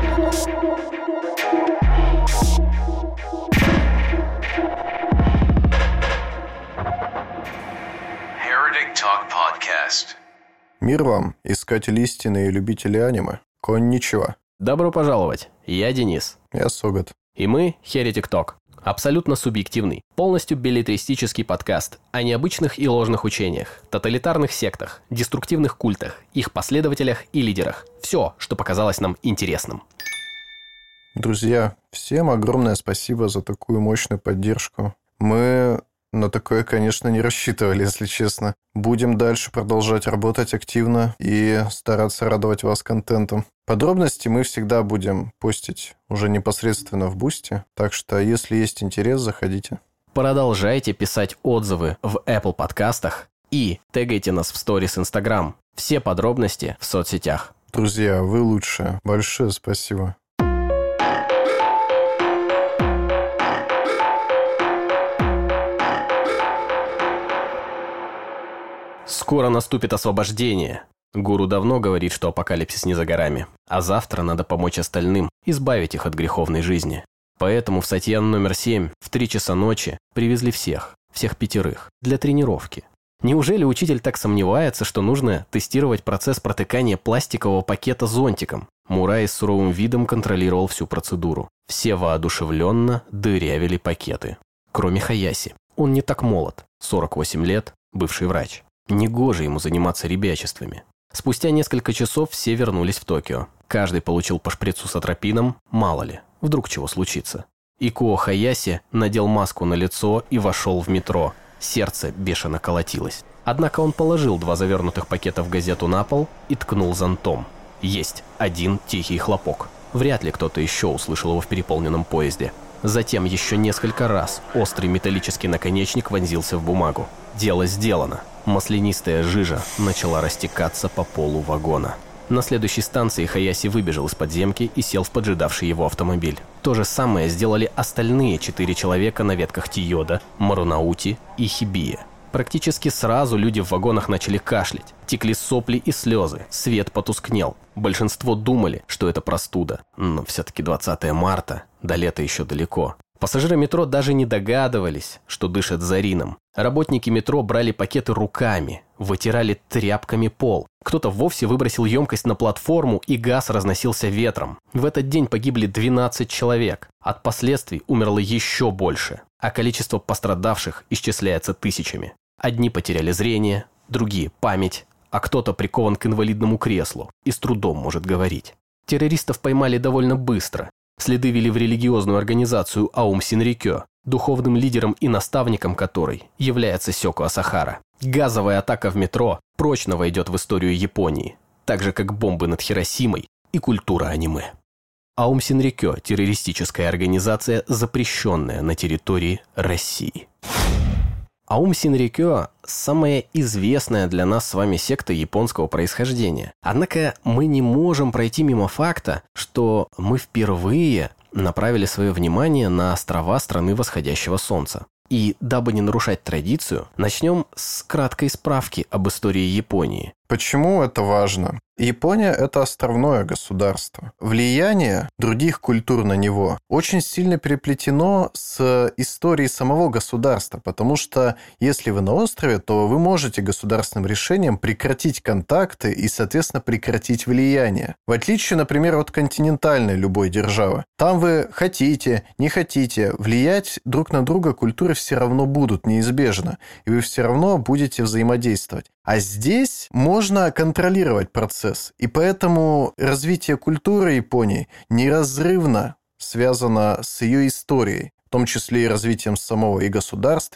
Heretic Talk Podcast. Мир вам, искатели истины и любители аниме. Конничева. Добро пожаловать, я Денис. Я Согат. И мы Heretic Talk. Абсолютно субъективный, полностью беллетристический подкаст о необычных и ложных учениях, тоталитарных сектах, деструктивных культах, их последователях и лидерах. Все, что показалось нам интересным. Друзья, всем огромное спасибо за такую мощную поддержку. Мы на такое, конечно, не рассчитывали, если честно. Будем дальше продолжать работать активно и стараться радовать вас контентом. Подробности мы всегда будем постить уже непосредственно в Бусти, так что, если есть интерес, заходите. Продолжайте писать отзывы в Apple подкастах и тегайте нас в сторис Instagram. Все подробности в соцсетях. Друзья, вы лучшие. Большое спасибо. Скоро наступит освобождение. Гуру давно говорит, что апокалипсис не за горами. А завтра надо помочь остальным, избавить их от греховной жизни. Поэтому в Сатьян номер 7 в 3 часа ночи привезли всех 5, для тренировки. Неужели учитель так сомневается, что нужно тестировать процесс протыкания пластикового пакета зонтиком? Мурай с суровым видом контролировал всю процедуру. Все воодушевленно дырявили пакеты. Кроме Хаяси. Он не так молод. 48 лет, бывший врач. Негоже ему заниматься ребячествами. Спустя несколько часов все вернулись в Токио. Каждый получил по шприцу с атропином, мало ли, вдруг чего случится. Икуо Хаяси надел маску на лицо и вошел в метро. Сердце бешено колотилось. Однако он положил 2 завернутых пакета в газету на пол и ткнул зонтом. Есть один тихий хлопок. Вряд ли кто-то еще услышал его в переполненном поезде. Затем еще несколько раз острый металлический наконечник вонзился в бумагу. Дело сделано. Маслянистая жижа начала растекаться по полу вагона. На следующей станции Хаяси выбежал из подземки и сел в поджидавший его автомобиль. То же самое сделали остальные 4 человека на ветках Тиода, Марунаути и Хибия. Практически сразу люди в вагонах начали кашлять. Текли сопли и слезы, свет потускнел. Большинство думали, что это простуда. Но все-таки 20 марта, до лета еще далеко. Пассажиры метро даже не догадывались, что дышат зарином. Работники метро брали пакеты руками, вытирали тряпками пол. Кто-то вовсе выбросил емкость на платформу, и газ разносился ветром. В этот день погибли 12 человек. От последствий умерло еще больше, а количество пострадавших исчисляется тысячами. Одни потеряли зрение, другие – память, а кто-то прикован к инвалидному креслу и с трудом может говорить. Террористов поймали довольно быстро. Следы вели в религиозную организацию Аум Синрикё, духовным лидером и наставником которой является Сёко Асахара. Газовая атака в метро прочно войдет в историю Японии, так же как бомбы над Хиросимой и культура аниме. Аум Синрикё – террористическая организация, запрещенная на территории России. Аум Синрикё – самая известная для нас с вами секта японского происхождения. Однако мы не можем пройти мимо факта, что мы впервые направили свое внимание на острова страны восходящего солнца. И, дабы не нарушать традицию, начнем с краткой справки об истории Японии. Почему это важно? Япония – это островное государство. Влияние других культур на него очень сильно переплетено с историей самого государства, потому что если вы на острове, то вы можете государственным решением прекратить контакты и, соответственно, прекратить влияние. В отличие, например, от континентальной любой державы. Там вы хотите, не хотите, влиять друг на друга культуры все равно будут, неизбежно, и вы все равно будете взаимодействовать. А здесь можно контролировать процесс, и поэтому развитие культуры Японии неразрывно связано с ее историей, в том числе и развитием самого и государств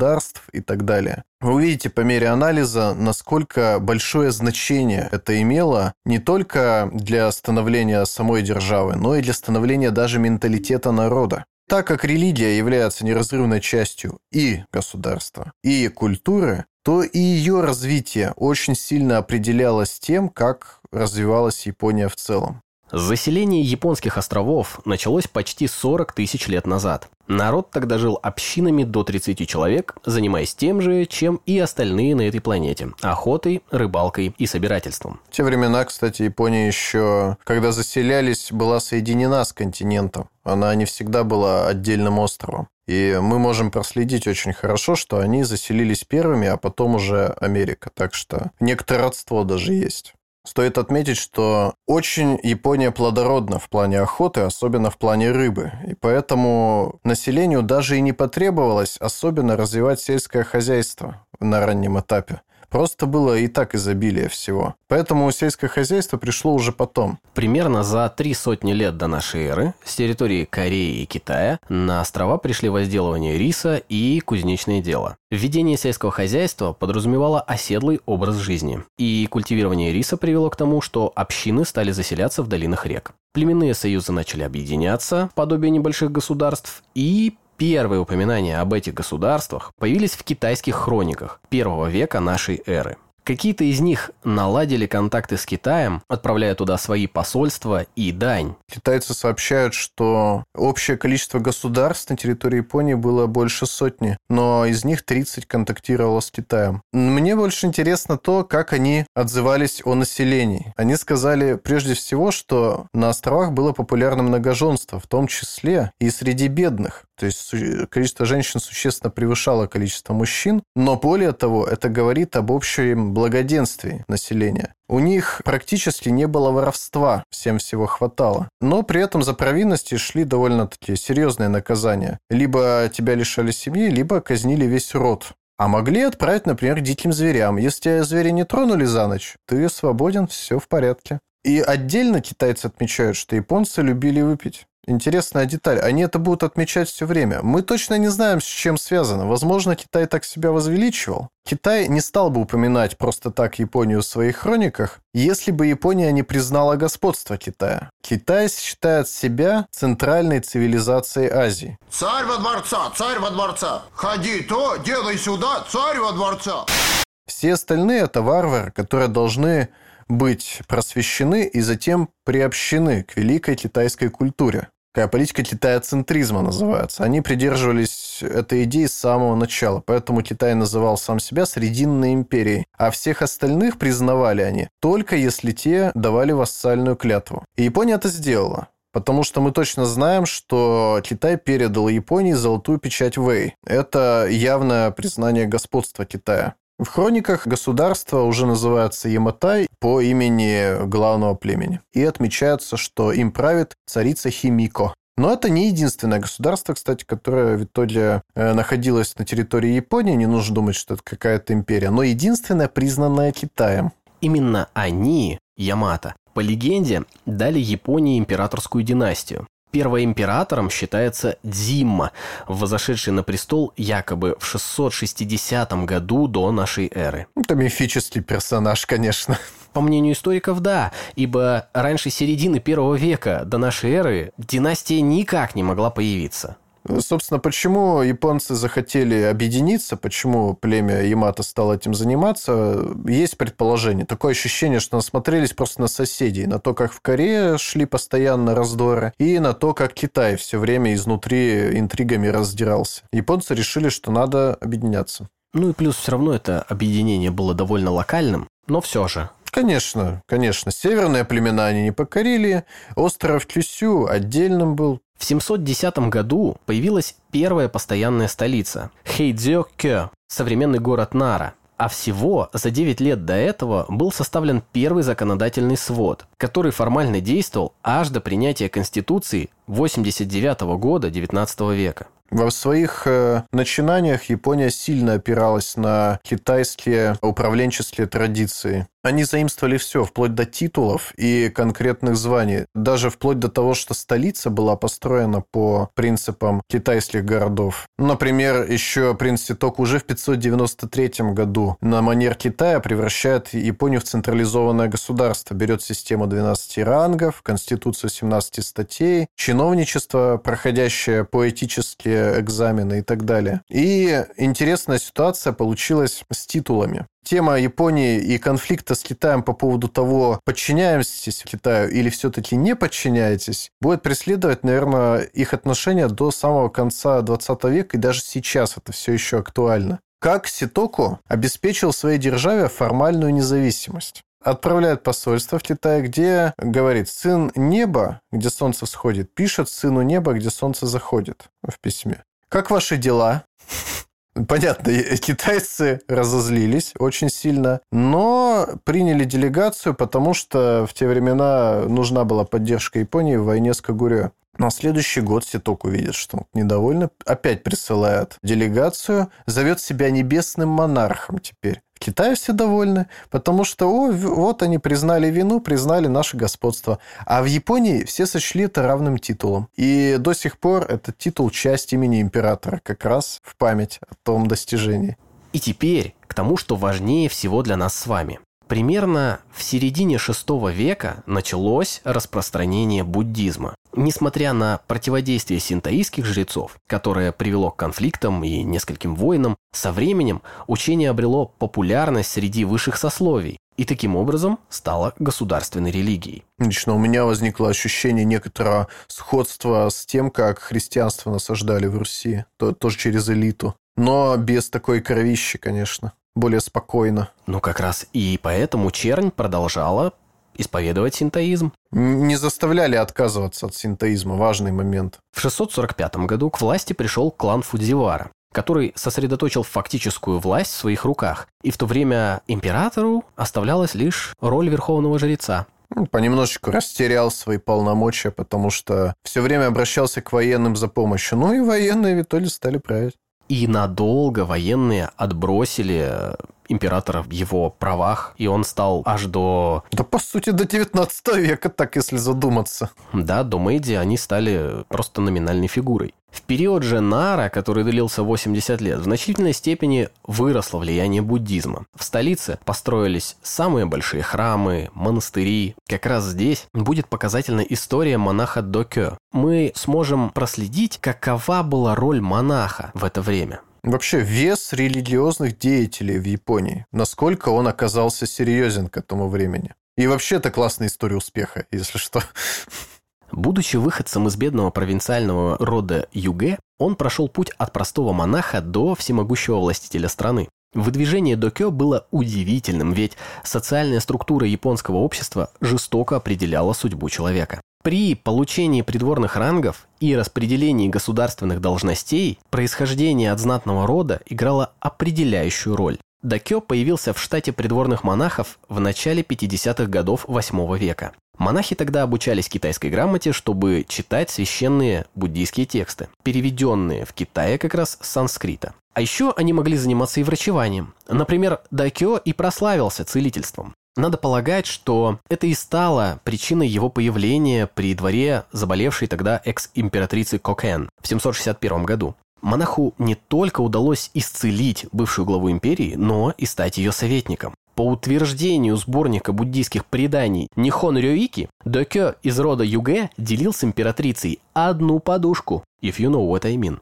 и так далее. Вы увидите по мере анализа, насколько большое значение это имело не только для становления самой державы, но и для становления даже менталитета народа. Так как религия является неразрывной частью и государства, и культуры, то и ее развитие очень сильно определялось тем, как развивалась Япония в целом. Заселение японских островов началось почти 40 тысяч лет назад. Народ тогда жил общинами до 30 человек, занимаясь тем же, чем и остальные на этой планете – охотой, рыбалкой и собирательством. В те времена, кстати, Япония еще, когда заселялись, была соединена с континентом. Она не всегда была отдельным островом. И мы можем проследить очень хорошо, что они заселились первыми, а потом уже Америка. Так что некоторое родство даже есть. Стоит отметить, что очень Япония плодородна в плане охоты, особенно в плане рыбы. И поэтому населению даже и не потребовалось особенно развивать сельское хозяйство на раннем этапе. Просто было и так изобилие всего. Поэтому сельское хозяйство пришло уже потом. Примерно за 300 лет до нашей эры с территории Кореи и Китая на острова пришли возделывание риса и кузнечное дело. Введение сельского хозяйства подразумевало оседлый образ жизни. И культивирование риса привело к тому, что общины стали заселяться в долинах рек. Племенные союзы начали объединяться, подобие небольших государств, и первые упоминания об этих государствах появились в китайских хрониках I века нашей эры. Какие-то из них наладили контакты с Китаем, отправляя туда свои посольства и дань. Китайцы сообщают, что общее количество государств на территории Японии было больше сотни, но из них 30 контактировало с Китаем. Мне больше интересно то, как они отзывались о населении. Они сказали прежде всего, что на островах было популярно многоженство, в том числе и среди бедных. То есть количество женщин существенно превышало количество мужчин, но более того, это говорит об общем благоденствии населения. У них практически не было воровства, всем всего хватало. Но при этом за провинности шли довольно-таки серьезные наказания. Либо тебя лишали семьи, либо казнили весь род. А могли отправить, например, к диким зверям. Если тебя звери не тронули за ночь, ты свободен, все в порядке. И отдельно китайцы отмечают, что японцы любили выпить. Интересная деталь. Они это будут отмечать все время. Мы точно не знаем, с чем связано. Возможно, Китай так себя возвеличивал. Китай не стал бы упоминать просто так Японию в своих хрониках, если бы Япония не признала господство Китая. Китай считает себя центральной цивилизацией Азии. Царь во дворца, ходи то, делай сюда, царь во дворца. Все остальные – это варвары, которые должны быть просвещены и затем приобщены к великой китайской культуре. Такая политика китаецентризма называется. Они придерживались этой идеи с самого начала, поэтому Китай называл сам себя Срединной империей, а всех остальных признавали они только если те давали вассальную клятву. И Япония это сделала. Потому что мы точно знаем, что Китай передал Японии золотую печать Вэй. Это явное признание господства Китая. В хрониках государство уже называется Яматай по имени главного племени. И отмечается, что им правит царица Химико. Но это не единственное государство, кстати, которое в итоге находилось на территории Японии. Не нужно думать, что это какая-то империя. Но единственное, признанное Китаем. Именно они, Ямато, по легенде, дали Японии императорскую династию. Первоимператором считается Дзимма, возошедший на престол якобы в 660 году до нашей эры. Это мифический персонаж, конечно. По мнению историков, да, ибо раньше середины I века до нашей эры династия никак не могла появиться. Собственно, почему японцы захотели объединиться, почему племя Ямато стало этим заниматься, есть предположение. Такое ощущение, что насмотрелись просто на соседей, на то, как в Корее шли постоянно раздоры, и на то, как Китай все время изнутри интригами раздирался. Японцы решили, что надо объединяться. Ну и плюс все равно это объединение было довольно локальным, но все же. Конечно, конечно. Северные племена они не покорили, остров Кюсю отдельным был. В 710 году появилась первая постоянная столица – Хэйдзё-кё, современный город Нара. А всего за 9 лет до этого был составлен первый законодательный свод, который формально действовал аж до принятия Конституции 89 года XIX века. Во своих начинаниях Япония сильно опиралась на китайские управленческие традиции. Они заимствовали все, вплоть до титулов и конкретных званий. Даже вплоть до того, что столица была построена по принципам китайских городов. Например, еще принц Ситок уже в 593 году на манер Китая превращает Японию в централизованное государство. Берет систему 12 рангов, конституцию 17 статей, чиновничество, проходящее по этически все экзамены и так далее. И интересная ситуация получилась с титулами. Тема Японии и конфликта с Китаем по поводу того, подчиняетесь Китаю или все-таки не подчиняетесь, будет преследовать, наверное, их отношения до самого конца 20 века, и даже сейчас это все еще актуально. Как Ситоку обеспечил своей державе формальную независимость? Отправляет посольство в Китай, где говорит: сын неба, где солнце всходит, пишет сыну неба, где солнце заходит в письме. Как ваши дела? Понятно, китайцы разозлились очень сильно, но приняли делегацию, потому что в те времена нужна была поддержка Японии в войне с Кагурё. На следующий год Ситоку видит, что он недовольный, опять присылает делегацию, зовет себя небесным монархом теперь. В Китае все довольны, потому что вот они признали вину, признали наше господство. А в Японии все сочли это равным титулом. И до сих пор этот титул часть имени императора, как раз в память о том достижении. И теперь к тому, что важнее всего для нас с вами. Примерно в середине VI века началось распространение буддизма. Несмотря на противодействие синтоистских жрецов, которое привело к конфликтам и нескольким войнам, со временем учение обрело популярность среди высших сословий и таким образом стало государственной религией. Лично у меня возникло ощущение некоторого сходства с тем, как христианство насаждали в Руси, тоже через элиту, но без такой кровищи, конечно. Более спокойно. Ну, как раз и поэтому чернь продолжала исповедовать синтоизм. Не заставляли отказываться от синтоизма, важный момент. В 645 году к власти пришел клан Фудзивара, который сосредоточил фактическую власть в своих руках, и в то время императору оставлялась лишь роль верховного жреца. Понемножечку растерял свои полномочия, потому что все время обращался к военным за помощью. Ну и военные в итоге стали править. И надолго военные отбросили императора в его правах, и он стал аж до... Да, по сути, до 19 века, так если задуматься. Да, до Мэйдзи они стали просто номинальной фигурой. В период же Нара, который длился 80 лет, в значительной степени выросло влияние буддизма. В столице построились самые большие храмы, монастыри. Как раз здесь будет показательна история монаха Докё. Мы сможем проследить, какова была роль монаха в это время. Вообще, вес религиозных деятелей в Японии. Насколько он оказался серьезен к этому времени. И вообще, это классная история успеха, если что. Будучи выходцем из бедного провинциального рода Югэ, он прошел путь от простого монаха до всемогущего властителя страны. Выдвижение Докё было удивительным, ведь социальная структура японского общества жестоко определяла судьбу человека. При получении придворных рангов и распределении государственных должностей происхождение от знатного рода играло определяющую роль. Докё появился в штате придворных монахов в начале 50-х годов VIII века. Монахи тогда обучались китайской грамоте, чтобы читать священные буддийские тексты, переведенные в Китае как раз с санскрита. А еще они могли заниматься и врачеванием. Например, Докё и прославился целительством. Надо полагать, что это и стало причиной его появления при дворе заболевшей тогда экс-императрицы Кокен в 761 году. Монаху не только удалось исцелить бывшую главу империи, но и стать ее советником. По утверждению сборника буддийских преданий Нихон Рёики, Докё из рода Югэ делил с императрицей одну подушку, if you know what I mean,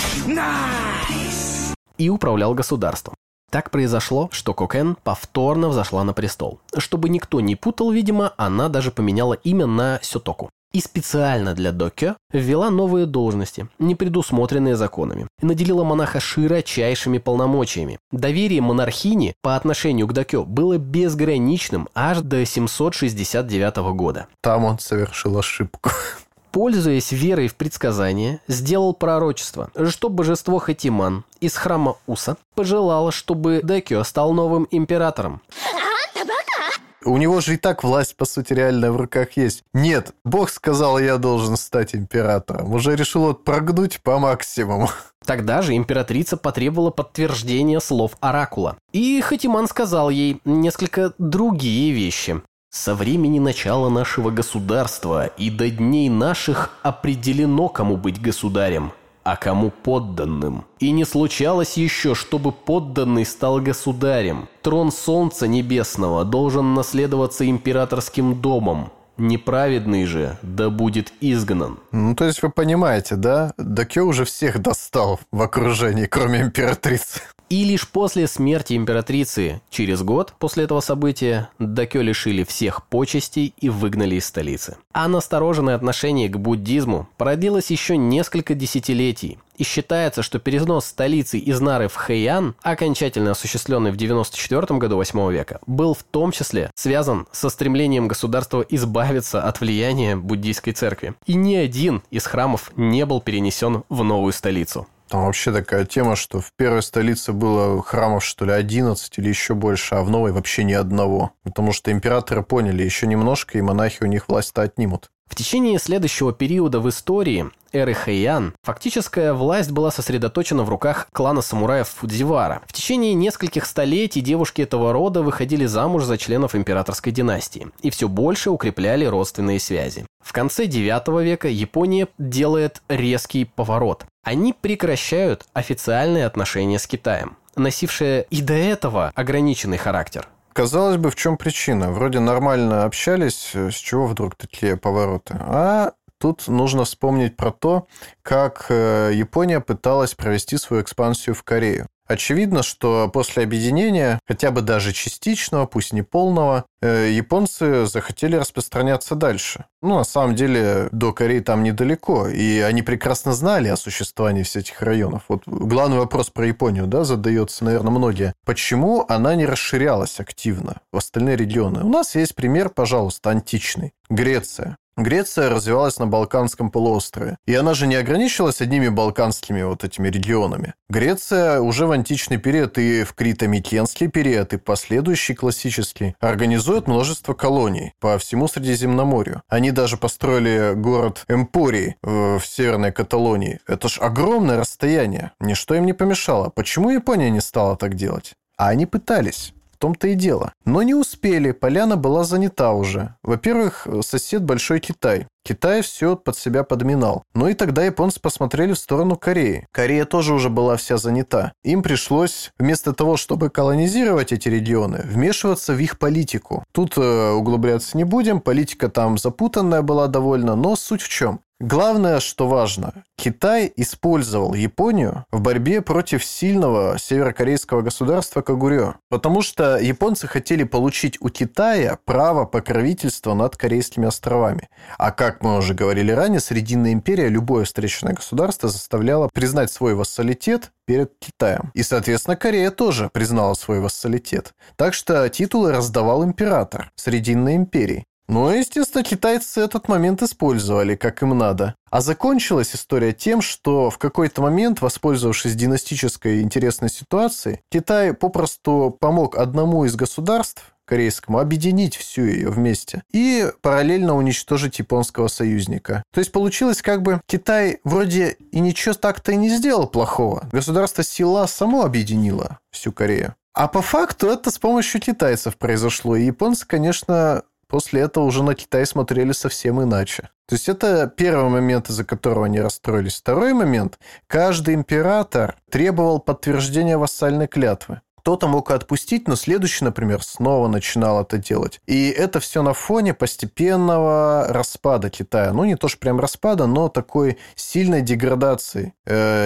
и управлял государством. Так произошло, что Кокен повторно взошла на престол. Чтобы никто не путал, видимо, она даже поменяла имя на Сётоку. И специально для Докё ввела новые должности, не предусмотренные законами, и наделила монаха широчайшими полномочиями. Доверие монархини по отношению к Докё было безграничным аж до 769 года. Там он совершил ошибку. Пользуясь верой в предсказания, сделал пророчество, что божество Хатиман из храма Уса пожелало, чтобы Докё стал новым императором. У него же и так власть, по сути, реально в руках есть. Нет, Бог сказал, я должен стать императором. Уже решил отпрыгнуть по максимуму. Тогда же императрица потребовала подтверждения слов оракула. И Хатиман сказал ей несколько другие вещи. «Со времени начала нашего государства и до дней наших определено, кому быть государем, а кому подданным. И не случалось еще, чтобы подданный стал государем. Трон Солнца Небесного должен наследоваться императорским домом. неправедный же да будет изгнан. Ну, то есть вы понимаете, да? Дакё уже всех достал в окружении, кроме императрицы. И лишь после смерти императрицы, через год после этого события, Дакё лишили всех почестей и выгнали из столицы. А настороженное отношение к буддизму продлилось еще несколько десятилетий. И считается, что перенос столицы из Нары в Хэйан, окончательно осуществленный в 94 году 8 века, был в том числе связан со стремлением государства избавиться от влияния буддийской церкви. И ни один из храмов не был перенесен в новую столицу. Там вообще такая тема, что в первой столице было храмов, что ли, 11 или еще больше, а в новой вообще ни одного. Потому что императоры поняли, еще немножко, и монахи у них власть-то отнимут. В течение следующего периода в истории эры Хэйан фактическая власть была сосредоточена в руках клана самураев Фудзивара. В течение нескольких столетий девушки этого рода выходили замуж за членов императорской династии и все больше укрепляли родственные связи. В конце IX века Япония делает резкий поворот. Они прекращают официальные отношения с Китаем, носившие и до этого ограниченный характер. Казалось бы, в чем причина? Вроде нормально общались, с чего вдруг такие повороты? А тут нужно вспомнить про то, как Япония пыталась провести свою экспансию в Корею. Очевидно, что после объединения, хотя бы даже частичного, пусть не полного, японцы захотели распространяться дальше. Ну, на самом деле, до Кореи там недалеко, и они прекрасно знали о существовании всех этих районов. Вот главный вопрос про Японию, да, задается, наверное, многие. Почему она не расширялась активно в остальные регионы? У нас есть пример, пожалуйста, античный. Греция. Греция развивалась на Балканском полуострове. И она же не ограничилась одними балканскими вот этими регионами. Греция уже в античный период и в крито-микенский период, и последующий классический организует множество колоний по всему Средиземноморью. Они даже построили город Эмпорий в северной Каталонии. Это ж огромное расстояние. Ничто им не помешало. Почему Япония не стала так делать? А они пытались. В том-то и дело. Но не успели, поляна была занята уже. Во-первых, сосед Большой Китай. Китай все под себя подминал. Ну и тогда японцы посмотрели в сторону Кореи. Корея тоже уже была вся занята. Им пришлось, вместо того, чтобы колонизировать эти регионы, вмешиваться в их политику. Тут углубляться не будем, политика там запутанная была довольно, но суть в чем? Главное, что важно, Китай использовал Японию в борьбе против сильного северокорейского государства Когурё, потому что японцы хотели получить у Китая право покровительства над Корейскими островами. А как мы уже говорили ранее, Срединная империя любое встречное государство заставляла признать свой вассалитет перед Китаем. И, соответственно, Корея тоже признала свой вассалитет. Так что титулы раздавал император Срединной империи. Ну, естественно, китайцы этот момент использовали, как им надо. А закончилась история тем, что в какой-то момент, воспользовавшись династической интересной ситуацией, Китай попросту помог одному из государств, корейскому, объединить всю ее вместе и параллельно уничтожить японского союзника. То есть получилось как бы Китай вроде и ничего так-то и не сделал плохого. Государство Сила само объединило всю Корею. А по факту это с помощью китайцев произошло. И японцы, конечно, после этого уже на Китай смотрели совсем иначе. То есть это первый момент, из-за которого они расстроились. Второй момент. Каждый император требовал подтверждения вассальной клятвы. Кто-то мог отпустить, но следующий, например, снова начинал это делать. И это все на фоне постепенного распада Китая. Ну, не то что прям распада, но такой сильной деградации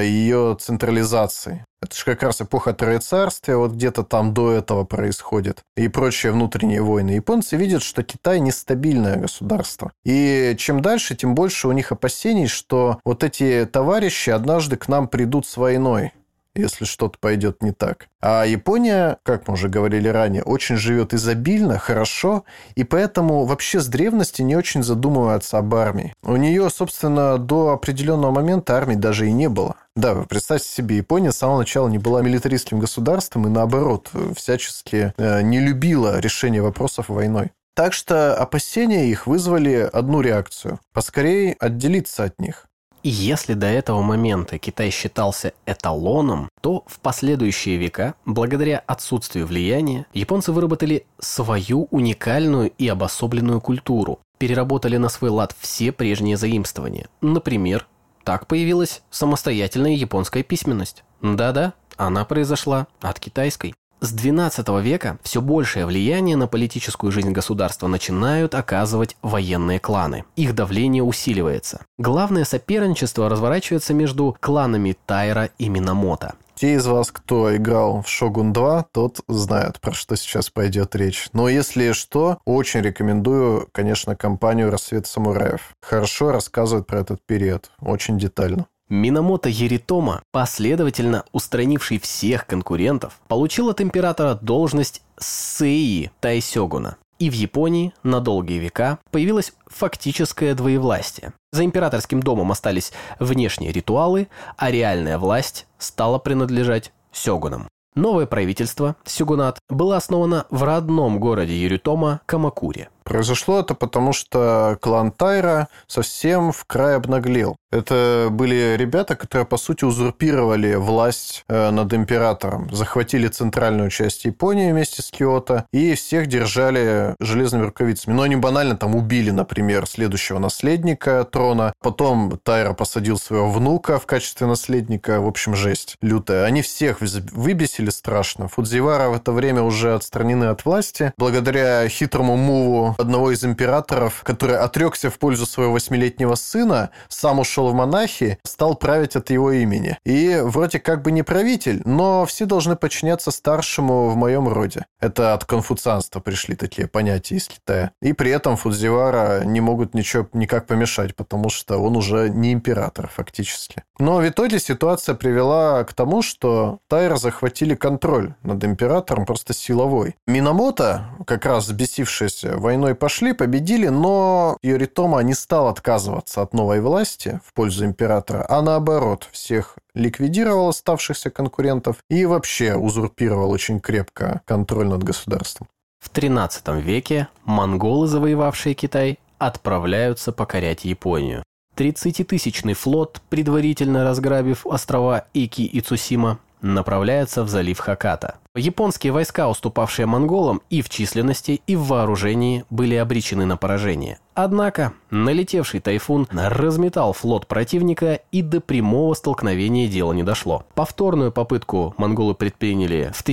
ее централизации. Это же как раз эпоха Троецарствия, вот где-то там до этого происходит. И прочие внутренние войны. Японцы видят, что Китай нестабильное государство. И чем дальше, тем больше у них опасений, что вот эти товарищи однажды к нам придут с войной, если что-то пойдет не так. А Япония, как мы уже говорили ранее, очень живет изобильно, хорошо, и поэтому вообще с древности не очень задумывается об армии. У нее, собственно, до определенного момента армии даже и не было. Да, вы представьте себе, Япония с самого начала не была милитаристским государством и, наоборот, всячески не любила решение вопросов войной. Так что опасения их вызвали одну реакцию – поскорее отделиться от них. И если до этого момента Китай считался эталоном, то в последующие века, благодаря отсутствию влияния, японцы выработали свою уникальную и обособленную культуру, переработали на свой лад все прежние заимствования. Например, так появилась самостоятельная японская письменность. Да-да, она произошла от китайской. С XII века все большее влияние на политическую жизнь государства начинают оказывать военные кланы. Их давление усиливается. Главное соперничество разворачивается между кланами Тайра и Минамото. Те из вас, кто играл в Shogun 2, тот знает, про что сейчас пойдет речь. Но если что, очень рекомендую, конечно, компанию «Рассвет самураев». Хорошо рассказывает про этот период, очень детально. Минамото Йоритома, последовательно устранивший всех конкурентов, получил от императора должность сэи тайсёгуна. И в Японии на долгие века появилось фактическое двоевластие. За императорским домом остались внешние ритуалы, а реальная власть стала принадлежать сёгунам. Новое правительство, сёгунат, было основано в родном городе Йоритома Камакуре. Произошло это потому, что клан Тайра совсем в край обнаглел. Это были ребята, которые, по сути, узурпировали власть над императором. Захватили центральную часть Японии вместе с Киото и всех держали железными рукавицами. Но они банально там убили, например, следующего наследника трона. Потом Тайра посадил своего внука в качестве наследника. В общем, жесть лютая. Они всех выбесили страшно. Фудзивара в это время уже отстранены от власти. Благодаря хитрому муву одного из императоров, который отрекся в пользу своего 8-летнего сына, сам ушел в монахи, стал править от его имени. И вроде как бы не правитель, но все должны подчиняться старшему в моем роде. Это от конфуцианства пришли такие понятия из Китая. И при этом Фудзивара не могут ничего никак помешать, потому что он уже не император фактически. Но в итоге ситуация привела к тому, что Тайра захватили контроль над императором просто силовой. Минамото, как раз взбесившийся войной, пошли, победили, но Йоритома не стал отказываться от новой власти в пользу императора, а наоборот, всех ликвидировал оставшихся конкурентов и вообще узурпировал очень крепко контроль над государством. В XIII веке монголы, завоевавшие Китай, отправляются покорять Японию. 30-тысячный флот, предварительно разграбив острова Ики и Цусима, направляется в залив Хокката. Японские войска, уступавшие монголам и в численности, и в вооружении, были обречены на поражение. Однако налетевший тайфун разметал флот противника, и до прямого столкновения дело не дошло. Повторную попытку монголы предприняли в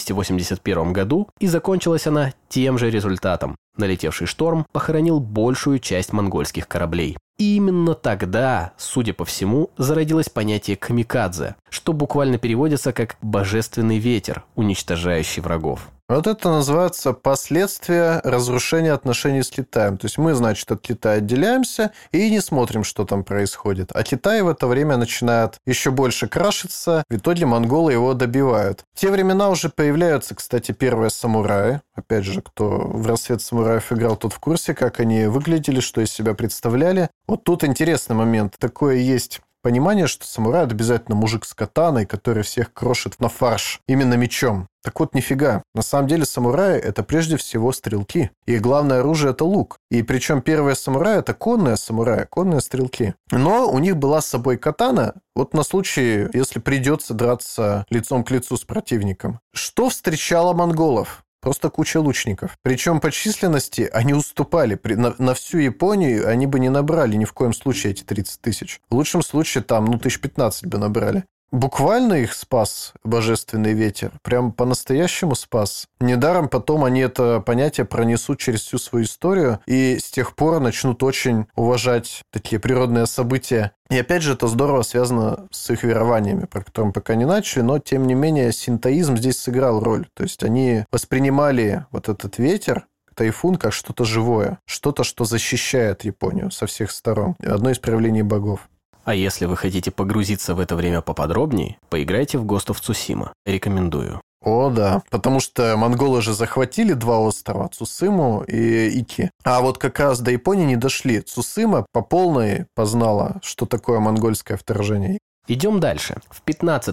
1281 году, и закончилась она тем же результатом. Налетевший шторм похоронил большую часть монгольских кораблей. И именно тогда, судя по всему, зародилось понятие камикадзе, что буквально переводится как «божественный ветер», уничтожающий врагов. Вот это называется последствия разрушения отношений с Китаем. То есть мы, значит, от Китая отделяемся и не смотрим, что там происходит. А Китай в это время начинает еще больше крашиться. В итоге монголы его добивают. В те времена уже появляются, кстати, первые самураи. Опять же, кто в «Рассвет самураев» играл, тот в курсе, как они выглядели, что из себя представляли. Вот тут интересный момент. Такое есть понимание, что самурай – это обязательно мужик с катаной, который всех крошит на фарш именно мечом. Так вот, нифига. На самом деле самураи – это прежде всего стрелки. Их главное оружие – это лук. И причем первые самураи – это конные самураи, конные стрелки. Но у них была с собой катана, вот на случай, если придется драться лицом к лицу с противником. Что встречало монголов? Просто куча лучников. Причем по численности они уступали. На всю Японию они бы не набрали ни в коем случае эти 30 тысяч. В лучшем случае там, 1015 бы набрали. Буквально их спас божественный ветер. Прям по-настоящему спас. Недаром потом они это понятие пронесут через всю свою историю и с тех пор начнут очень уважать такие природные события. И опять же, это здорово связано с их верованиями, про которые мы пока не начали, но тем не менее синтоизм здесь сыграл роль. То есть они воспринимали вот этот ветер, тайфун, как что-то живое, что-то, что защищает Японию со всех сторон. Одно из проявлений богов. А если вы хотите погрузиться в это время поподробнее, поиграйте в Ghost of Tsushima. Рекомендую. О, да, потому что монголы же захватили два острова, Цусиму и Ики. А вот как раз до Японии не дошли. Цусима по полной познала, что такое монгольское вторжение. Идем дальше. В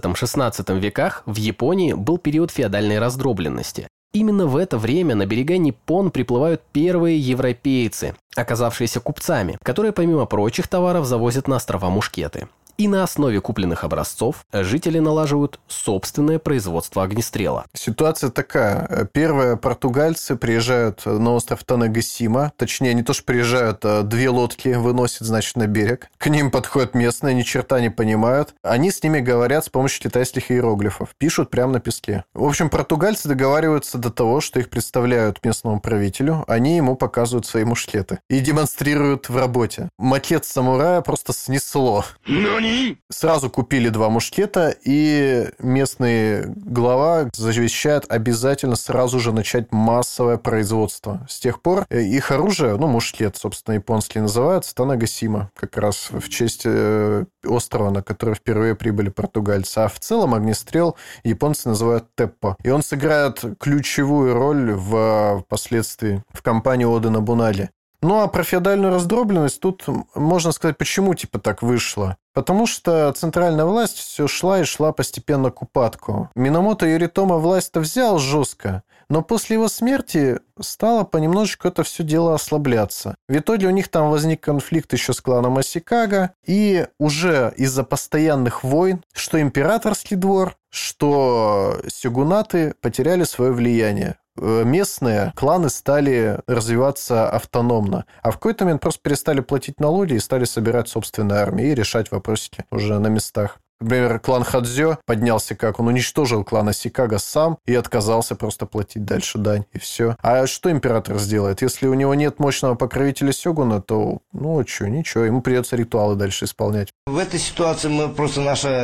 15-16 веках в Японии был период феодальной раздробленности. Именно в это время на берега Ниппон приплывают первые европейцы, оказавшиеся купцами, которые помимо прочих товаров завозят на острова мушкеты. И на основе купленных образцов жители налаживают собственное производство огнестрела. Ситуация такая. Первые португальцы приезжают на остров Танагасима. Точнее, не то, что приезжают, а 2 лодки выносят, значит, на берег. К ним подходят местные, ни черта не понимают. Они с ними говорят с помощью китайских иероглифов. Пишут прямо на песке. В общем, португальцы договариваются до того, что их представляют местному правителю. Они ему показывают свои мушкеты. И демонстрируют в работе. Макет самурая просто снесло. Сразу купили 2 мушкета, и местный глава завещает обязательно сразу же начать массовое производство. С тех пор их оружие, мушкет, собственно, японский, называется Танагасима, как раз в честь острова, на который впервые прибыли португальцы. А в целом огнестрел японцы называют теппо. И он сыграет ключевую роль впоследствии в кампании Оды Нобунаги. Ну, а про феодальную раздробленность тут можно сказать, почему так вышло. Потому что центральная власть все шла и шла постепенно к упадку. Минамото Йоритома власть-то взял жестко, но после его смерти стало понемножечку это все дело ослабляться. В итоге у них там возник конфликт еще с кланом Асикага, и уже из-за постоянных войн, что императорский двор, что сёгунаты потеряли свое влияние. Местные кланы стали развиваться автономно. А в какой-то момент просто перестали платить налоги и стали собирать собственные армии и решать вопросики уже на местах. Например, клан Хадзё поднялся как? Он уничтожил клан Асикага сам и отказался просто платить дальше дань, и все. А что император сделает? Если у него нет мощного покровителя сёгуна, то, ничего, ему придется ритуалы дальше исполнять. В этой ситуации мы просто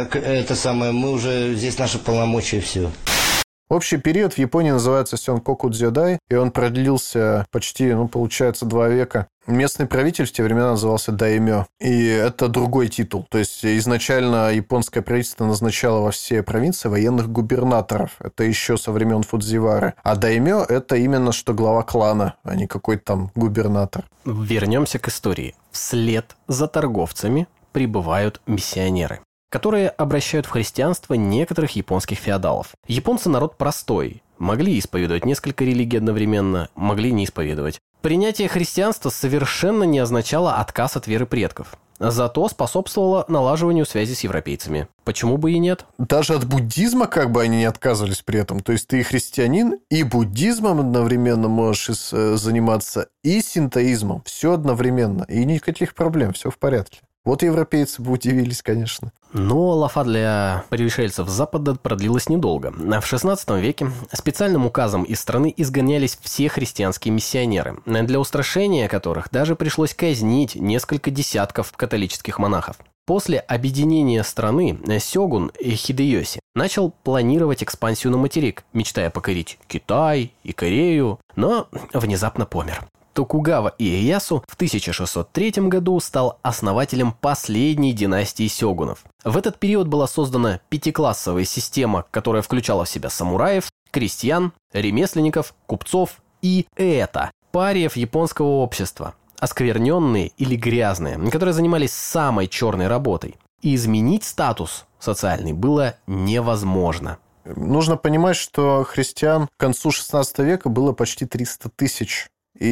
мы уже здесь наши полномочия, все. Общий период в Японии называется Сёнкоку Дзёдай, и он продлился почти, получается, 2 века. Местный правитель в те времена назывался даймё, и это другой титул. То есть изначально японское правительство назначало во все провинции военных губернаторов. Это еще со времен Фудзивары. А даймё – это именно что глава клана, а не какой-то там губернатор. Вернемся к истории. Вслед за торговцами прибывают миссионеры, которые обращают в христианство некоторых японских феодалов. Японцы народ простой. Могли исповедовать несколько религий одновременно, могли не исповедовать. Принятие христианства совершенно не означало отказ от веры предков. Зато способствовало налаживанию связи с европейцами. Почему бы и нет? Даже от буддизма они не отказывались при этом. То есть ты и христианин, и буддизмом одновременно можешь заниматься, и синтоизмом. Все одновременно. И никаких проблем, все в порядке. Вот европейцы бы удивились, конечно. Но лафа для пришельцев с Запада продлилась недолго. В XVI веке специальным указом из страны изгонялись все христианские миссионеры, для устрашения которых даже пришлось казнить несколько десятков католических монахов. После объединения страны сёгун Хидэёси начал планировать экспансию на материк, мечтая покорить Китай и Корею, но внезапно помер. Токугава Иэясу в 1603 году стал основателем последней династии сёгунов. В этот период была создана 5-классовая система, которая включала в себя самураев, крестьян, ремесленников, купцов и париев японского общества, оскверненные или грязные, которые занимались самой черной работой. И изменить статус социальный было невозможно. Нужно понимать, что христиан к концу XVI века было почти 300 тысяч.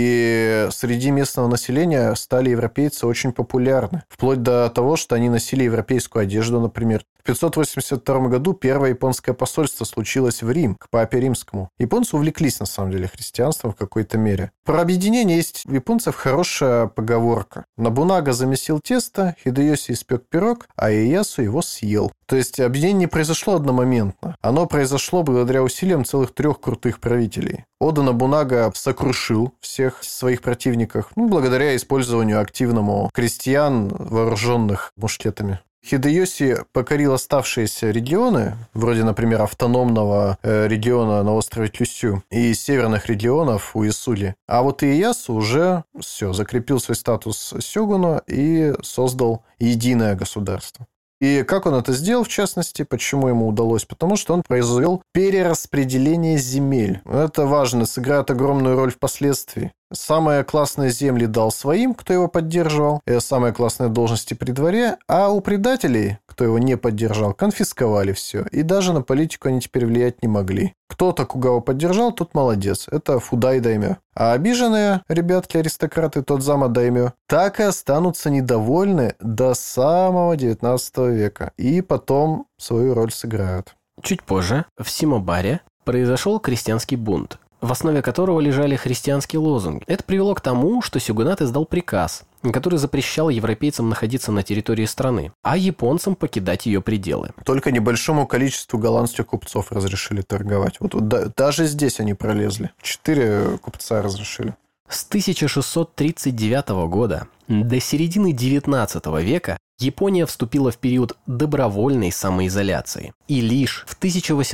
И среди местного населения стали европейцы очень популярны. Вплоть до того, что они носили европейскую одежду, например. В 582 году первое японское посольство случилось в Рим, к папе римскому. Японцы увлеклись, на самом деле, христианством в какой-то мере. Про объединение есть у японцев хорошая поговорка. Нобунага замесил тесто, Хидэёси испек пирог, а Иэясу его съел. То есть объединение не произошло одномоментно. Оно произошло благодаря усилиям целых 3 крутых правителей. Ода Нобунага сокрушил всех своих противников, благодаря использованию активному крестьян, вооруженных мушкетами. Хидэёси покорил оставшиеся регионы, вроде, например, автономного региона на острове Кюсю и северных регионов Уэсули. А вот Иэясу уже закрепил свой статус сёгуна и создал единое государство. И как он это сделал, в частности, почему ему удалось? Потому что он произвел перераспределение земель. Это важно, сыграет огромную роль впоследствии. Самые классные земли дал своим, кто его поддерживал, и самые классные должности при дворе, а у предателей, кто его не поддержал, конфисковали все. И даже на политику они теперь влиять не могли. Кто Токугаву поддержал, тот молодец. Это фудай даймё. А обиженные ребятки-аристократы, тот зама даймё, так и останутся недовольны до самого 19 века. И потом свою роль сыграют. Чуть позже в Симобаре произошел крестьянский бунт, в основе которого лежали христианские лозунги. Это привело к тому, что сёгунат издал приказ, который запрещал европейцам находиться на территории страны, а японцам покидать ее пределы. Только небольшому количеству голландских купцов разрешили торговать. Даже здесь они пролезли. 4 купца разрешили. С 1639 года до середины 19 века Япония вступила в период добровольной самоизоляции. И лишь в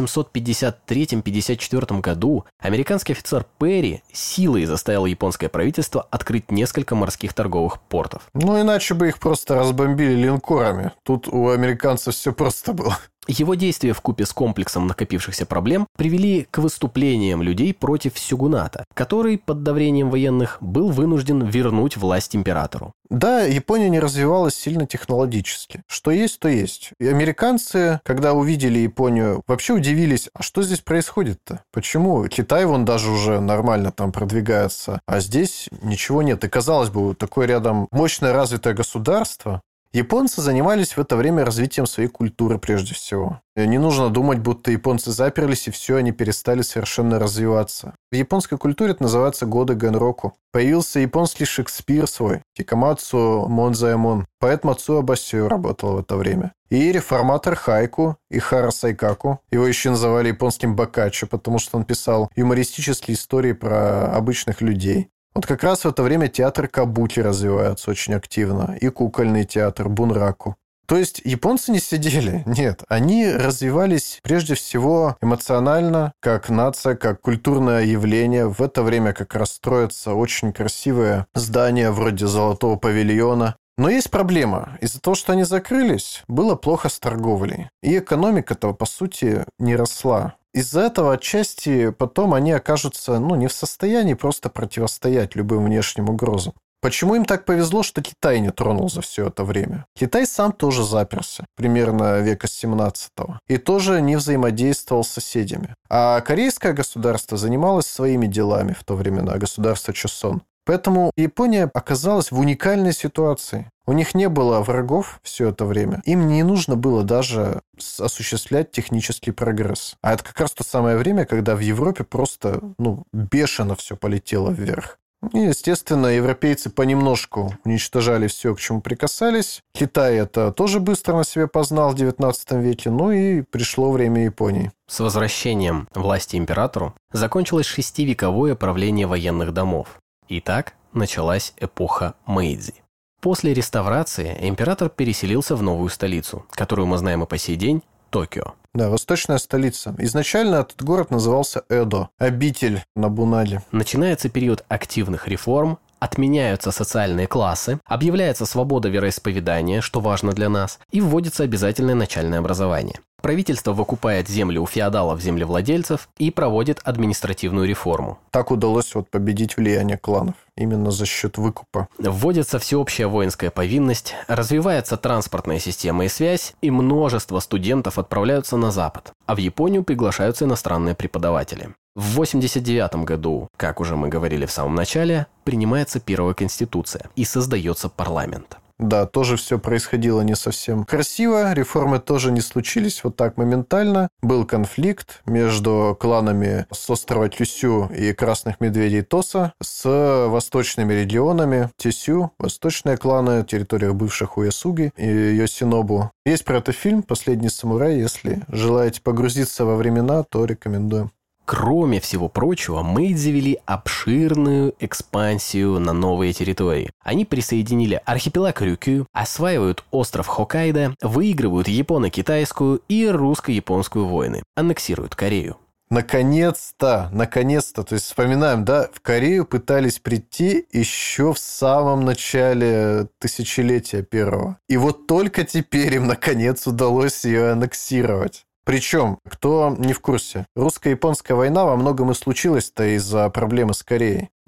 1853-54 году американский офицер Перри силой заставил японское правительство открыть несколько морских торговых портов. Ну, иначе бы их просто разбомбили линкорами. Тут у американцев все просто было. Его действия вкупе с комплексом накопившихся проблем привели к выступлениям людей против сёгуната, который под давлением военных был вынужден вернуть власть императору. Да, Япония не развивалась сильно технологически. Что есть, то есть. И американцы, когда увидели Японию, вообще удивились, а что здесь происходит-то? Почему? Китай вон даже уже нормально там продвигается, а здесь ничего нет. И казалось бы, такое рядом мощное развитое государство. Японцы занимались в это время развитием своей культуры прежде всего. И не нужно думать, будто японцы заперлись, и все, они перестали совершенно развиваться. В японской культуре это называется годы Гэнроку. Появился японский Шекспир свой, Хикамацу Монзаэмон. Поэт Мацуо Басё работал в это время. И реформатор Хайку Ихара Сайкаку. Его еще называли японским Боккаччо, потому что он писал юмористические истории про обычных людей. Вот как раз в это время театр кабуки развивается очень активно, и кукольный театр бунраку. То есть японцы не сидели, нет, они развивались прежде всего эмоционально, как нация, как культурное явление. В это время как раз строятся очень красивые здания вроде Золотого павильона. Но есть проблема. Из-за того, что они закрылись, было плохо с торговлей. И экономика-то, по сути, не росла. Из-за этого отчасти потом они окажутся не в состоянии просто противостоять любым внешним угрозам. Почему им так повезло, что Китай не тронул за все это время? Китай сам тоже заперся, примерно века 17-го, и тоже не взаимодействовал с соседями. А корейское государство занималось своими делами в то времена, государство Чосон. Поэтому Япония оказалась в уникальной ситуации. У них не было врагов все это время. Им не нужно было даже осуществлять технический прогресс. А это как раз то самое время, когда в Европе просто бешено все полетело вверх. И, естественно, европейцы понемножку уничтожали все, к чему прикасались. Китай это тоже быстро на себе познал в 19 веке. И пришло время Японии. С возвращением власти императору закончилось 6-вековое правление военных домов. И так началась эпоха Мэйдзи. После реставрации император переселился в новую столицу, которую мы знаем и по сей день – Токио. Да, восточная столица. Изначально этот город назывался Эдо, обитель Нобунаги. Начинается период активных реформ, отменяются социальные классы, объявляется свобода вероисповедания, что важно для нас, и вводится обязательное начальное образование. Правительство выкупает земли у феодалов-землевладельцев и проводит административную реформу. Так удалось победить влияние кланов. Именно за счет выкупа. Вводится всеобщая воинская повинность, развивается транспортная система и связь, и множество студентов отправляются на Запад, а в Японию приглашаются иностранные преподаватели. В 1989 году, как уже мы говорили в самом начале, принимается первая конституция и создается парламент. Да, тоже все происходило не совсем красиво, реформы тоже не случились вот так моментально. Был конфликт между кланами с острова Кюсю и Красных Медведей Тоса с восточными регионами Тесю, восточные кланы, территориях бывших Уэсуги и Йосинобу. Есть про это фильм «Последний самурай», если желаете погрузиться во времена, то рекомендуем. Кроме всего прочего, Мэйдзи вели обширную экспансию на новые территории. Они присоединили архипелаг Рюкю, осваивают остров Хоккайдо, выигрывают японо-китайскую и русско-японскую войны, аннексируют Корею. Наконец-то. То есть вспоминаем, да, в Корею пытались прийти еще в самом начале тысячелетия первого. И вот только теперь им, наконец, удалось ее аннексировать. Причем, кто не в курсе, русско-японская война во многом и случилась-то из-за проблемы с Кореей.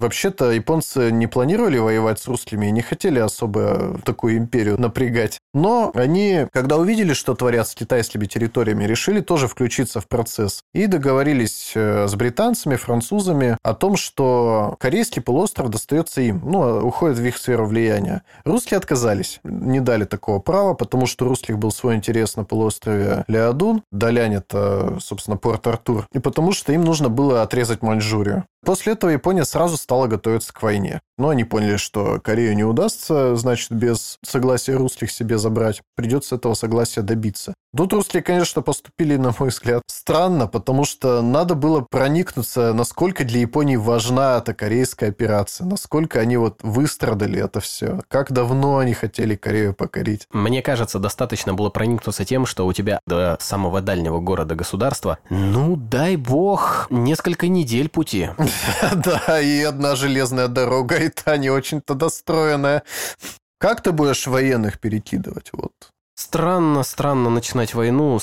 Вообще-то японцы не планировали воевать с русскими и не хотели особо такую империю напрягать. Но они, когда увидели, что творят с китайскими территориями, решили тоже включиться в процесс. И договорились с британцами, французами о том, что Корейский полуостров достается им, уходит в их сферу влияния. Русские отказались, не дали такого права, потому что у русских был свой интерес на полуострове Ляодун. Далянь – это, собственно, Порт-Артур. И потому что им нужно было отрезать Маньчжурию. После этого Япония сразу стала готовиться к войне. Но они поняли, что Корею не удастся, значит, без согласия русских себе забрать. Придется этого согласия добиться. Тут русские, конечно, поступили, на мой взгляд, странно, потому что надо было проникнуться, насколько для Японии важна эта корейская операция, насколько они выстрадали это все, как давно они хотели Корею покорить. Мне кажется, достаточно было проникнуться тем, что у тебя до самого дальнего города-государства, дай бог, несколько недель пути. Да, и одна железная дорога, и та не очень-то достроенная. Как ты будешь военных перекидывать? Странно начинать войну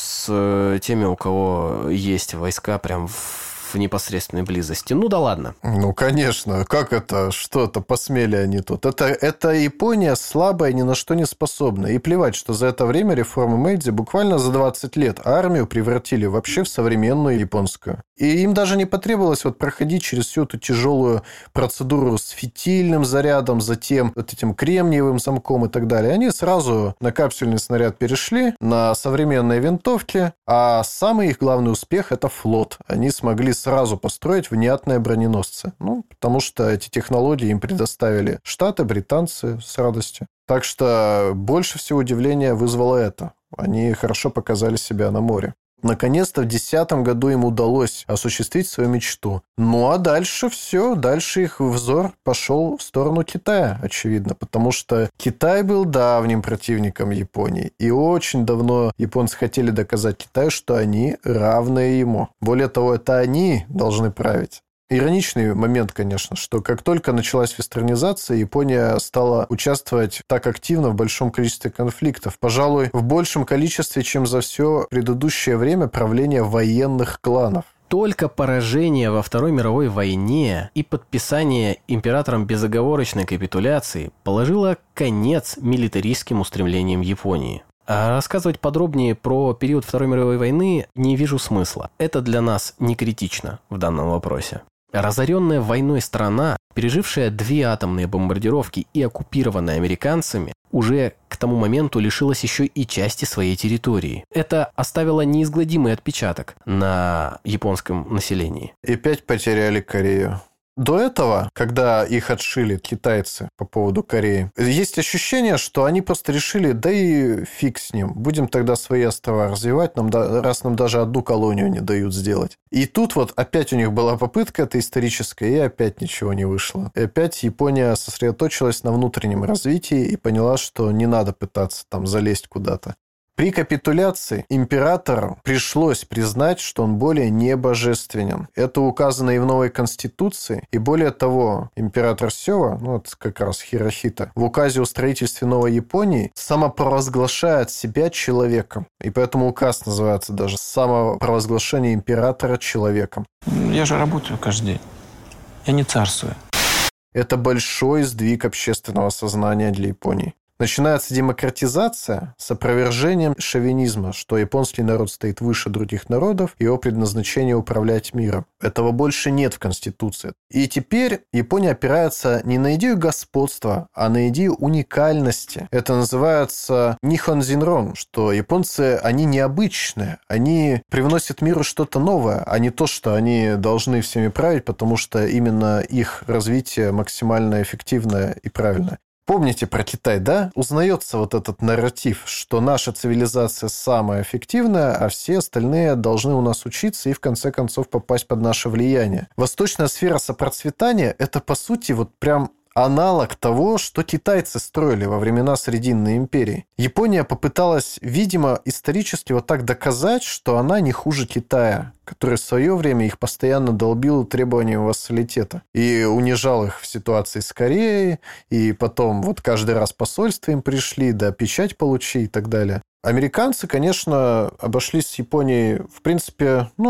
с теми, у кого есть войска прям в непосредственной близости. Да ладно. Конечно. Как это? Что-то посмели они тут. Это Япония слабая, ни на что не способна. И плевать, что за это время реформы Мэйдзи буквально за 20 лет армию превратили вообще в современную японскую. И им даже не потребовалось проходить через всю эту тяжелую процедуру с фитильным зарядом, затем этим кремниевым замком и так далее. Они сразу на капсюльный снаряд перешли, на современные винтовки, а самый их главный успех – это флот. Они смогли сразу построить внятные броненосцы. Потому что эти технологии им предоставили Штаты, британцы с радостью. Так что больше всего удивления вызвало это. Они хорошо показали себя на море. Наконец-то в 2010 году им удалось осуществить свою мечту. А дальше все. Дальше их взор пошел в сторону Китая, очевидно. Потому что Китай был давним противником Японии. И очень давно японцы хотели доказать Китаю, что они равны ему. Более того, это они должны править. Ироничный момент, конечно, что как только началась вестернизация, Япония стала участвовать так активно в большом количестве конфликтов. Пожалуй, в большем количестве, чем за все предыдущее время правления военных кланов. Только поражение во Второй мировой войне и подписание императором безоговорочной капитуляции положило конец милитаристским устремлениям Японии. А рассказывать подробнее про период Второй мировой войны не вижу смысла. Это для нас не критично в данном вопросе. Разоренная войной страна, пережившая 2 атомные бомбардировки и оккупированная американцами, уже к тому моменту лишилась еще и части своей территории. Это оставило неизгладимый отпечаток на японском населении. И опять потеряли Корею. До этого, когда их отшили китайцы по поводу Кореи, есть ощущение, что они просто решили, да и фиг с ним, будем тогда свои острова развивать, раз нам даже одну колонию не дают сделать. И тут опять у них была попытка, это историческая, и опять ничего не вышло. И опять Япония сосредоточилась на внутреннем развитии и поняла, что не надо пытаться залезть куда-то. При капитуляции императору пришлось признать, что он более не божественен. Это указано и в новой конституции. И более того, император Сёва, это как раз Хирохита, в указе о строительстве Новой Японии самопровозглашает себя человеком. И поэтому указ называется даже «Самопровозглашение императора человеком». Я же работаю каждый день. Я не царствую. Это большой сдвиг общественного сознания для Японии. Начинается демократизация с опровержением шовинизма, что японский народ стоит выше других народов, и его предназначение управлять миром. Этого больше нет в Конституции. И теперь Япония опирается не на идею господства, а на идею уникальности. Это называется нихонзинрон, что японцы, они необычные, они привносят миру что-то новое, а не то, что они должны всеми править, потому что именно их развитие максимально эффективное и правильное. Помните про Китай, да? Узнается этот нарратив, что наша цивилизация самая эффективная, а все остальные должны у нас учиться и в конце концов попасть под наше влияние. Восточная сфера сопроцветания – это, по сути, прям аналог того, что китайцы строили во времена Срединной империи. Япония попыталась, видимо, исторически так доказать, что она не хуже Китая, который в свое время их постоянно долбил требованием вассалитета и унижал их в ситуации с Кореей, и потом каждый раз посольства им пришли, да, печать получи и так далее. Американцы, конечно, обошлись с Японией, в принципе,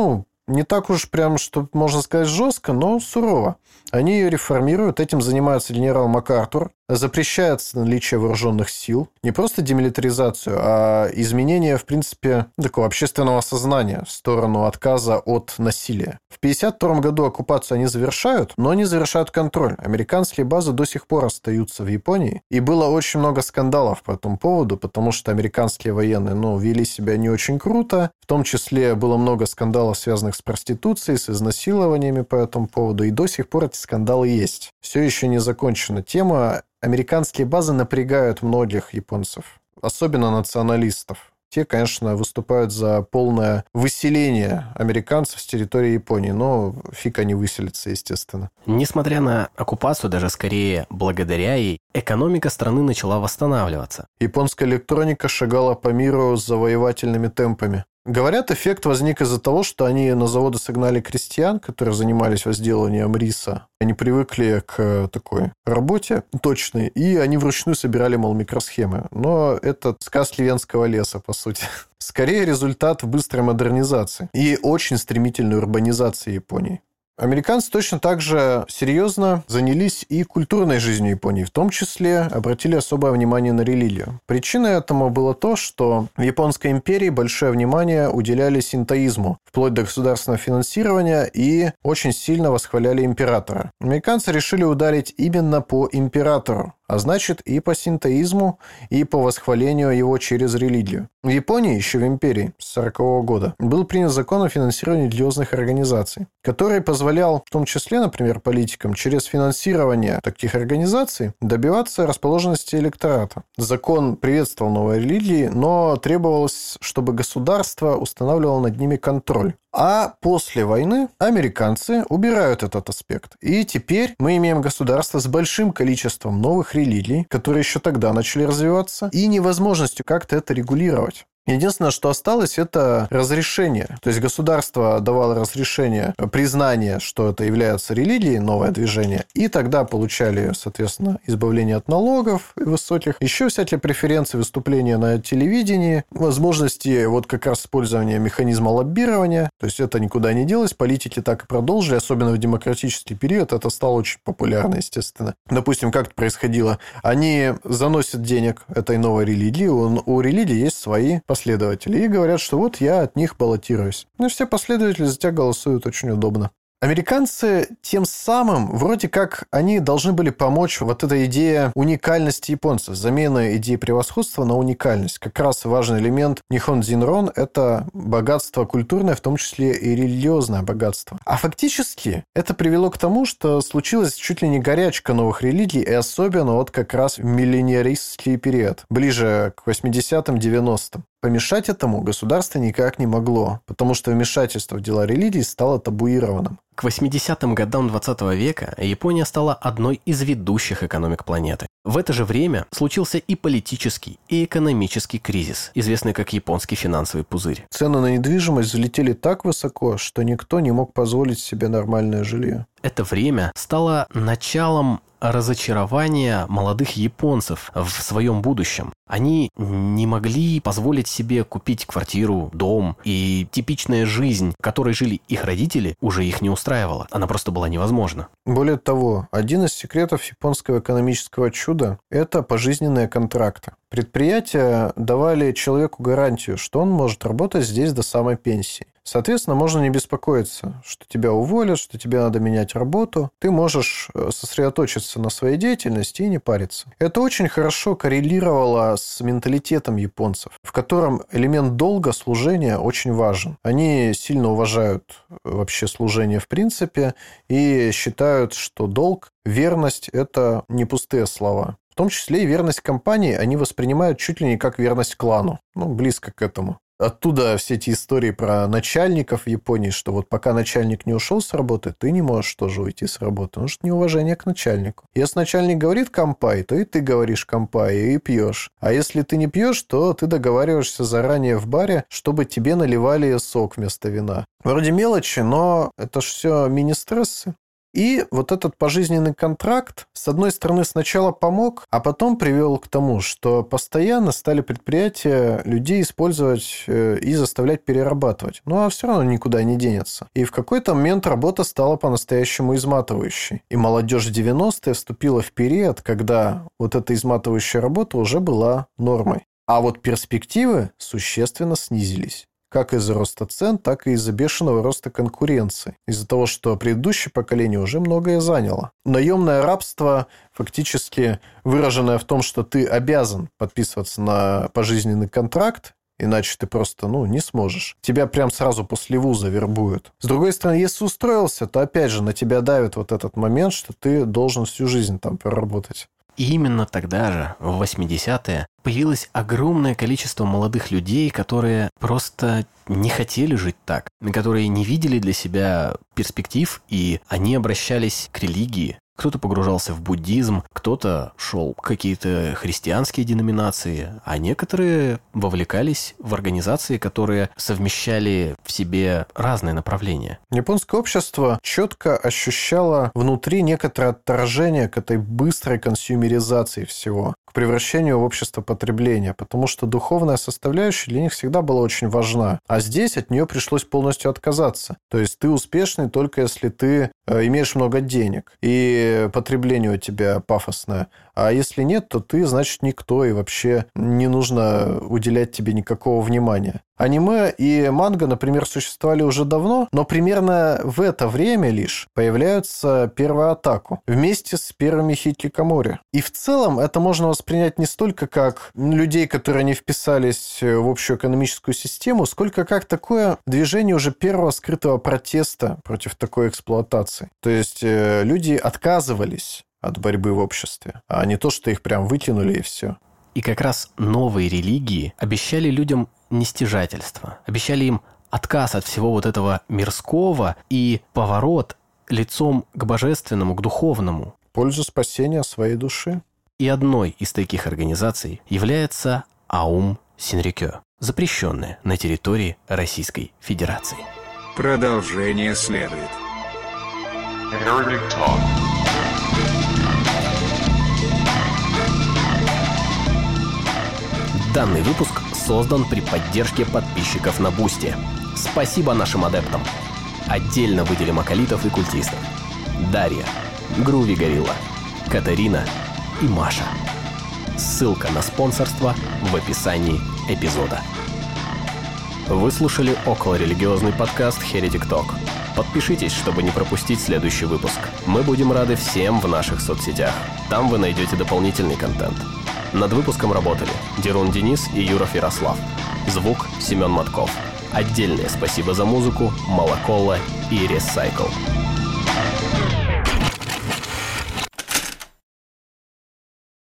не так уж прям, что можно сказать, жестко, но сурово. Они ее реформируют, этим занимается генерал МакАртур, запрещается наличие вооруженных сил, не просто демилитаризацию, а изменение, в принципе, такого общественного сознания в сторону отказа от насилия. В 1952 году оккупацию они завершают, но не завершают контроль. Американские базы до сих пор остаются в Японии, и было очень много скандалов по этому поводу, потому что американские военные, вели себя не очень круто, в том числе было много скандалов, связанных с проституцией, с изнасилованиями по этому поводу, и до сих пор эти скандалы есть. Все еще не закончена тема. Американские базы напрягают многих японцев, особенно националистов. Те, конечно, выступают за полное выселение американцев с территории Японии, но фиг они выселятся, естественно. Несмотря на оккупацию, даже скорее благодаря ей, экономика страны начала восстанавливаться. Японская электроника шагала по миру с завоевательными темпами. Говорят, эффект возник из-за того, что они на заводы согнали крестьян, которые занимались возделыванием риса. Они привыкли к такой работе точной, и они вручную собирали, микросхемы. Но это сказ Ливенского леса, по сути. Скорее, результат быстрой модернизации и очень стремительной урбанизации Японии. Американцы точно так же серьезно занялись и культурной жизнью Японии, в том числе обратили особое внимание на религию. Причиной этому было то, что в Японской империи большое внимание уделяли синтоизму, вплоть до государственного финансирования, и очень сильно восхваляли императора. Американцы решили ударить именно по императору, а значит и по синтоизму, и по восхвалению его через религию. В Японии, еще в империи, с 1940 года, был принят закон о финансировании религиозных организаций, который позволял, в том числе, например, политикам, через финансирование таких организаций добиваться расположенности электората. Закон приветствовал новые религии, но требовалось, чтобы государство устанавливало над ними контроль. А после войны американцы убирают этот аспект. И теперь мы имеем государство с большим количеством новых религий, которые еще тогда начали развиваться, и невозможностью как-то это регулировать. Единственное, что осталось, это разрешение. То есть государство давало разрешение, признание, что это является религией, новое движение, и тогда получали, соответственно, избавление от налогов высоких, еще всякие преференции, выступления на телевидении, возможности как раз использования механизма лоббирования. То есть это никуда не делось, политики так и продолжили, особенно в демократический период это стало очень популярно, естественно. Допустим, как это происходило? Они заносят денег этой новой религии, у религии есть свои последователи, и говорят, что я от них баллотируюсь. Все последователи за тебя голосуют, очень удобно. Американцы тем самым, вроде как, они должны были помочь этой идее уникальности японцев, замена идеи превосходства на уникальность. Как раз важный элемент Нихон Дзинрон – это богатство культурное, в том числе и религиозное богатство. А фактически это привело к тому, что случилась чуть ли не горячка новых религий, и особенно как раз в миллениаристский период, ближе к 80-м, 90-м. Помешать этому государство никак не могло, потому что вмешательство в дела религий стало табуированным. К 80-м годам 20 века Япония стала одной из ведущих экономик планеты. В это же время случился и политический, и экономический кризис, известный как японский финансовый пузырь. Цены на недвижимость взлетели так высоко, что никто не мог позволить себе нормальное жилье. Это время стало началом разочарования молодых японцев в своем будущем. Они не могли позволить себе купить квартиру, дом, и типичная жизнь, в которой жили их родители, уже их не устраивала. Она просто была невозможна. Более того, один из секретов японского экономического чуда – это пожизненные контракты. Предприятия давали человеку гарантию, что он может работать здесь до самой пенсии. Соответственно, можно не беспокоиться, что тебя уволят, что тебе надо менять работу. Ты можешь сосредоточиться на своей деятельности и не париться. Это очень хорошо коррелировало с менталитетом японцев, в котором элемент долга, служения очень важен. Они сильно уважают вообще служение в принципе и считают, что долг, верность – это не пустые слова. В том числе и верность компании они воспринимают чуть ли не как верность клану. Близко к этому. Оттуда все эти истории про начальников в Японии, что пока начальник не ушел с работы, ты не можешь тоже уйти с работы. Потому что неуважение к начальнику. Если начальник говорит «кампай», то и ты говоришь «кампай» и пьешь. А если ты не пьешь, то ты договариваешься заранее в баре, чтобы тебе наливали сок вместо вина. Вроде мелочи, но это ж все мини-стрессы. И вот этот пожизненный контракт, с одной стороны, сначала помог, а потом привел к тому, что постоянно стали предприятия людей использовать и заставлять перерабатывать. Ну, а все равно никуда не денется. И в какой-то момент работа стала по-настоящему изматывающей. И молодежь 90-е вступила в период, когда вот эта изматывающая работа уже была нормой. А вот перспективы существенно снизились. Как из-за роста цен, так и из-за бешеного роста конкуренции. Из-за того, что предыдущее поколение уже многое заняло. Наемное рабство, фактически выраженное в том, что ты обязан подписываться на пожизненный контракт, иначе ты просто, не сможешь. Тебя прям сразу после вуза вербуют. С другой стороны, если устроился, то опять же на тебя давит вот этот момент, что ты должен всю жизнь там проработать. И именно тогда же, в 80-е, появилось огромное количество молодых людей, которые просто не хотели жить так, которые не видели для себя перспектив, и они обращались к религии. Кто-то погружался в буддизм, кто-то шел в какие-то христианские деноминации, а некоторые вовлекались в организации, которые совмещали в себе разные направления. Японское общество четко ощущало внутри некоторое отторжение к этой быстрой консюмеризации всего, к превращению в общество потребления, потому что духовная составляющая для них всегда была очень важна. А здесь от нее пришлось полностью отказаться. То есть ты успешный только если ты имеешь много денег, и потребление у тебя пафосное. А если нет, то ты, значит, никто, и вообще не нужно уделять тебе никакого внимания. Аниме и манга, например, существовали уже давно, но примерно в это время лишь появляются первые Атаку вместе с первыми хикикомори. И в целом это можно воспринять не столько как людей, которые не вписались в общую экономическую систему, сколько как такое движение уже первого скрытого протеста против такой эксплуатации. То есть люди отказывались от борьбы в обществе, а не то, что их прям вытянули и все. И как раз новые религии обещали людям нестяжательство, обещали им отказ от всего вот этого мирского и поворот лицом к божественному, к духовному. В пользу спасения своей души. И одной из таких организаций является Аум Синрикё, запрещенная на территории Российской Федерации. Продолжение следует. Heretic Talk. Данный выпуск создан при поддержке подписчиков на Бусти. Спасибо нашим адептам. Отдельно выделим акалитов и культистов. Дарья, Груви Горилла, Катарина и Маша. Ссылка на спонсорство в описании эпизода. Вы слушали околорелигиозный подкаст Heretic Talk. Подпишитесь, чтобы не пропустить следующий выпуск. Мы будем рады всем в наших соцсетях. Там вы найдете дополнительный контент. Над выпуском работали Дерун Денис и Юров Ярослав. Звук Семен Матков. Отдельное спасибо за музыку Малакола и Recycle.